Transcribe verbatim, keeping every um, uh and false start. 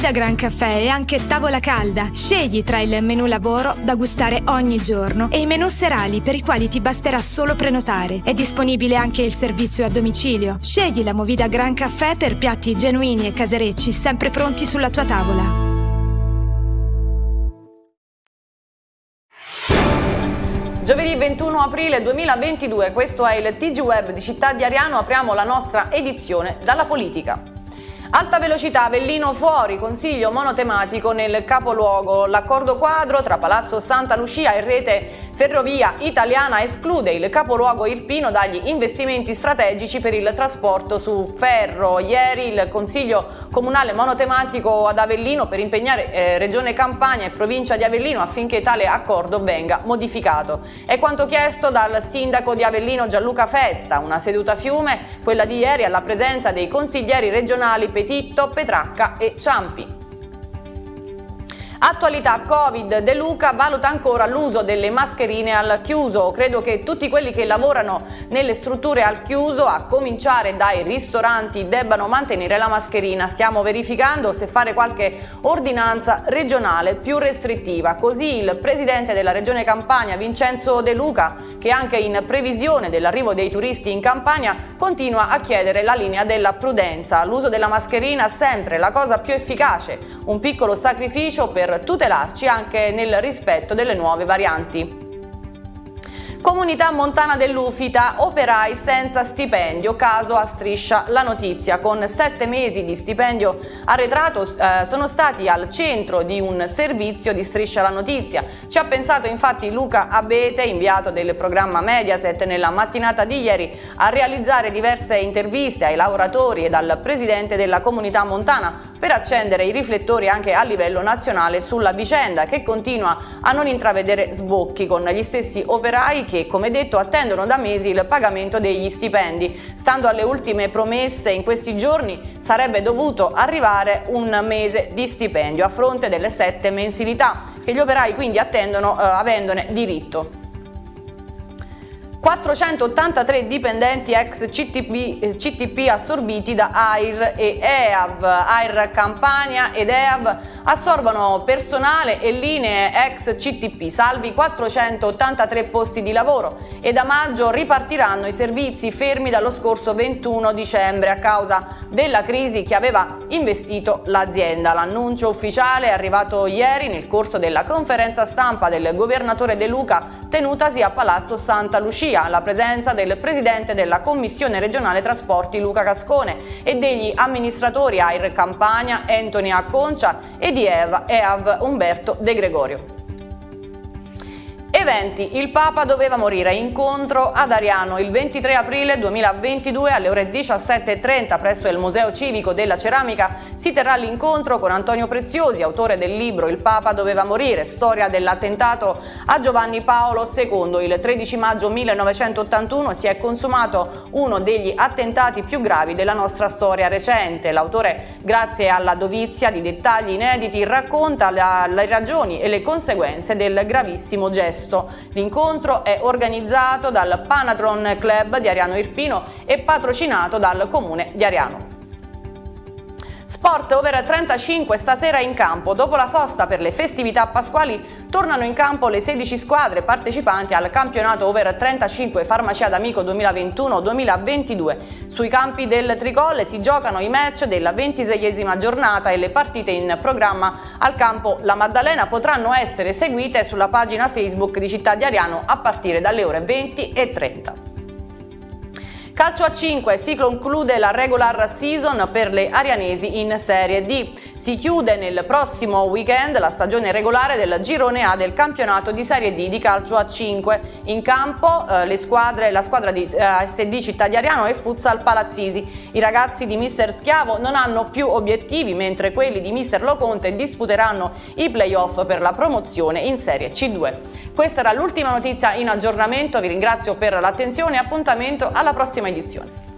Movida Gran Caffè è anche tavola calda. Scegli tra il menù lavoro da gustare ogni giorno e i menù serali per i quali ti basterà solo prenotare. È disponibile anche il servizio a domicilio. Scegli la Movida Gran Caffè per piatti genuini e caserecci sempre pronti sulla tua tavola. Giovedì ventuno aprile duemilaventidue, questo è il T G Web di Città di Ariano, apriamo la nostra edizione dalla politica. Alta velocità, Avellino fuori, consiglio monotematico nel capoluogo. L'accordo quadro tra Palazzo Santa Lucia e Rete Ferrovia Italiana esclude il capoluogo irpino dagli investimenti strategici per il trasporto su ferro. Ieri il consiglio comunale monotematico ad Avellino per impegnare eh, Regione Campania e provincia di Avellino affinché tale accordo venga modificato. È quanto chiesto dal sindaco di Avellino Gianluca Festa, una seduta fiume, quella di ieri alla presenza dei consiglieri regionali Petitto, Petracca e Ciampi. Attualità Covid, De Luca valuta ancora l'uso delle mascherine al chiuso. Credo che tutti quelli che lavorano nelle strutture al chiuso, a cominciare dai ristoranti, debbano mantenere la mascherina. Stiamo verificando se fare qualche ordinanza regionale più restrittiva. Così il presidente della Regione Campania, Vincenzo De Luca, che anche in previsione dell'arrivo dei turisti in Campania continua a chiedere la linea della prudenza. L'uso della mascherina sempre la cosa più efficace, un piccolo sacrificio per tutelarci anche nel rispetto delle nuove varianti. Comunità montana dell'Ufita, operai senza stipendio, caso a Striscia la Notizia. Con sette mesi di stipendio arretrato eh, sono stati al centro di un servizio di Striscia la Notizia. Ci ha pensato infatti Luca Abete, inviato del programma Mediaset, nella mattinata di ieri a realizzare diverse interviste ai lavoratori e al presidente della comunità montana per accendere i riflettori anche a livello nazionale sulla vicenda, che continua a non intravedere sbocchi, con gli stessi operai che, come detto, attendono da mesi il pagamento degli stipendi. Stando alle ultime promesse, in questi giorni sarebbe dovuto arrivare un mese di stipendio a fronte delle sette mensilità che gli operai quindi attendono, eh, avendone diritto. quattrocentottantatré dipendenti ex C T P, C T P assorbiti da A I R e E A V. A I R Campania ed E A V assorbono personale e linee ex C T P, salvi quattrocentottantatré posti di lavoro, e da maggio ripartiranno i servizi fermi dallo scorso ventuno dicembre a causa della crisi che aveva investito l'azienda. L'annuncio ufficiale è arrivato ieri nel corso della conferenza stampa del governatore De Luca tenutasi a Palazzo Santa Lucia, alla presenza del presidente della Commissione regionale trasporti Luca Cascone e degli amministratori A I R Campania Anthony Acconcia e di E A V Umberto De Gregorio. Eventi. Il Papa doveva morire. Incontro ad Ariano il ventitré aprile duemilaventidue alle ore diciassette e trenta presso il Museo Civico della Ceramica si terrà l'incontro con Antonio Preziosi, autore del libro Il Papa doveva morire, storia dell'attentato a Giovanni Paolo secondo. Il tredici maggio millenovecentottantuno si è consumato uno degli attentati più gravi della nostra storia recente. L'autore, grazie alla dovizia di dettagli inediti, racconta la, le ragioni e le conseguenze del gravissimo gesto. L'incontro è organizzato dal Panathlon Club di Ariano Irpino e patrocinato dal Comune di Ariano. Sport over trentacinque stasera in campo. Dopo la sosta per le festività pasquali tornano in campo le sedici squadre partecipanti al campionato over trentacinque Farmacia d'Amico duemilaventuno duemilaventidue. Sui campi del Tricolle si giocano i match della ventiseiesima giornata e le partite in programma al campo La Maddalena potranno essere seguite sulla pagina Facebook di Città di Ariano a partire dalle ore venti e trenta. Calcio a cinque, si conclude la regular season per le arianesi in Serie D. Si chiude nel prossimo weekend la stagione regolare del girone A del campionato di Serie D di calcio a cinque. In campo eh, le squadre, la squadra di eh, A S D Città di Ariano e Futsal Palazzisi. I ragazzi di mister Schiavo non hanno più obiettivi, mentre quelli di mister Loconte disputeranno i playoff per la promozione in Serie C due. Questa era l'ultima notizia in aggiornamento, vi ringrazio per l'attenzione e appuntamento alla prossima edizione.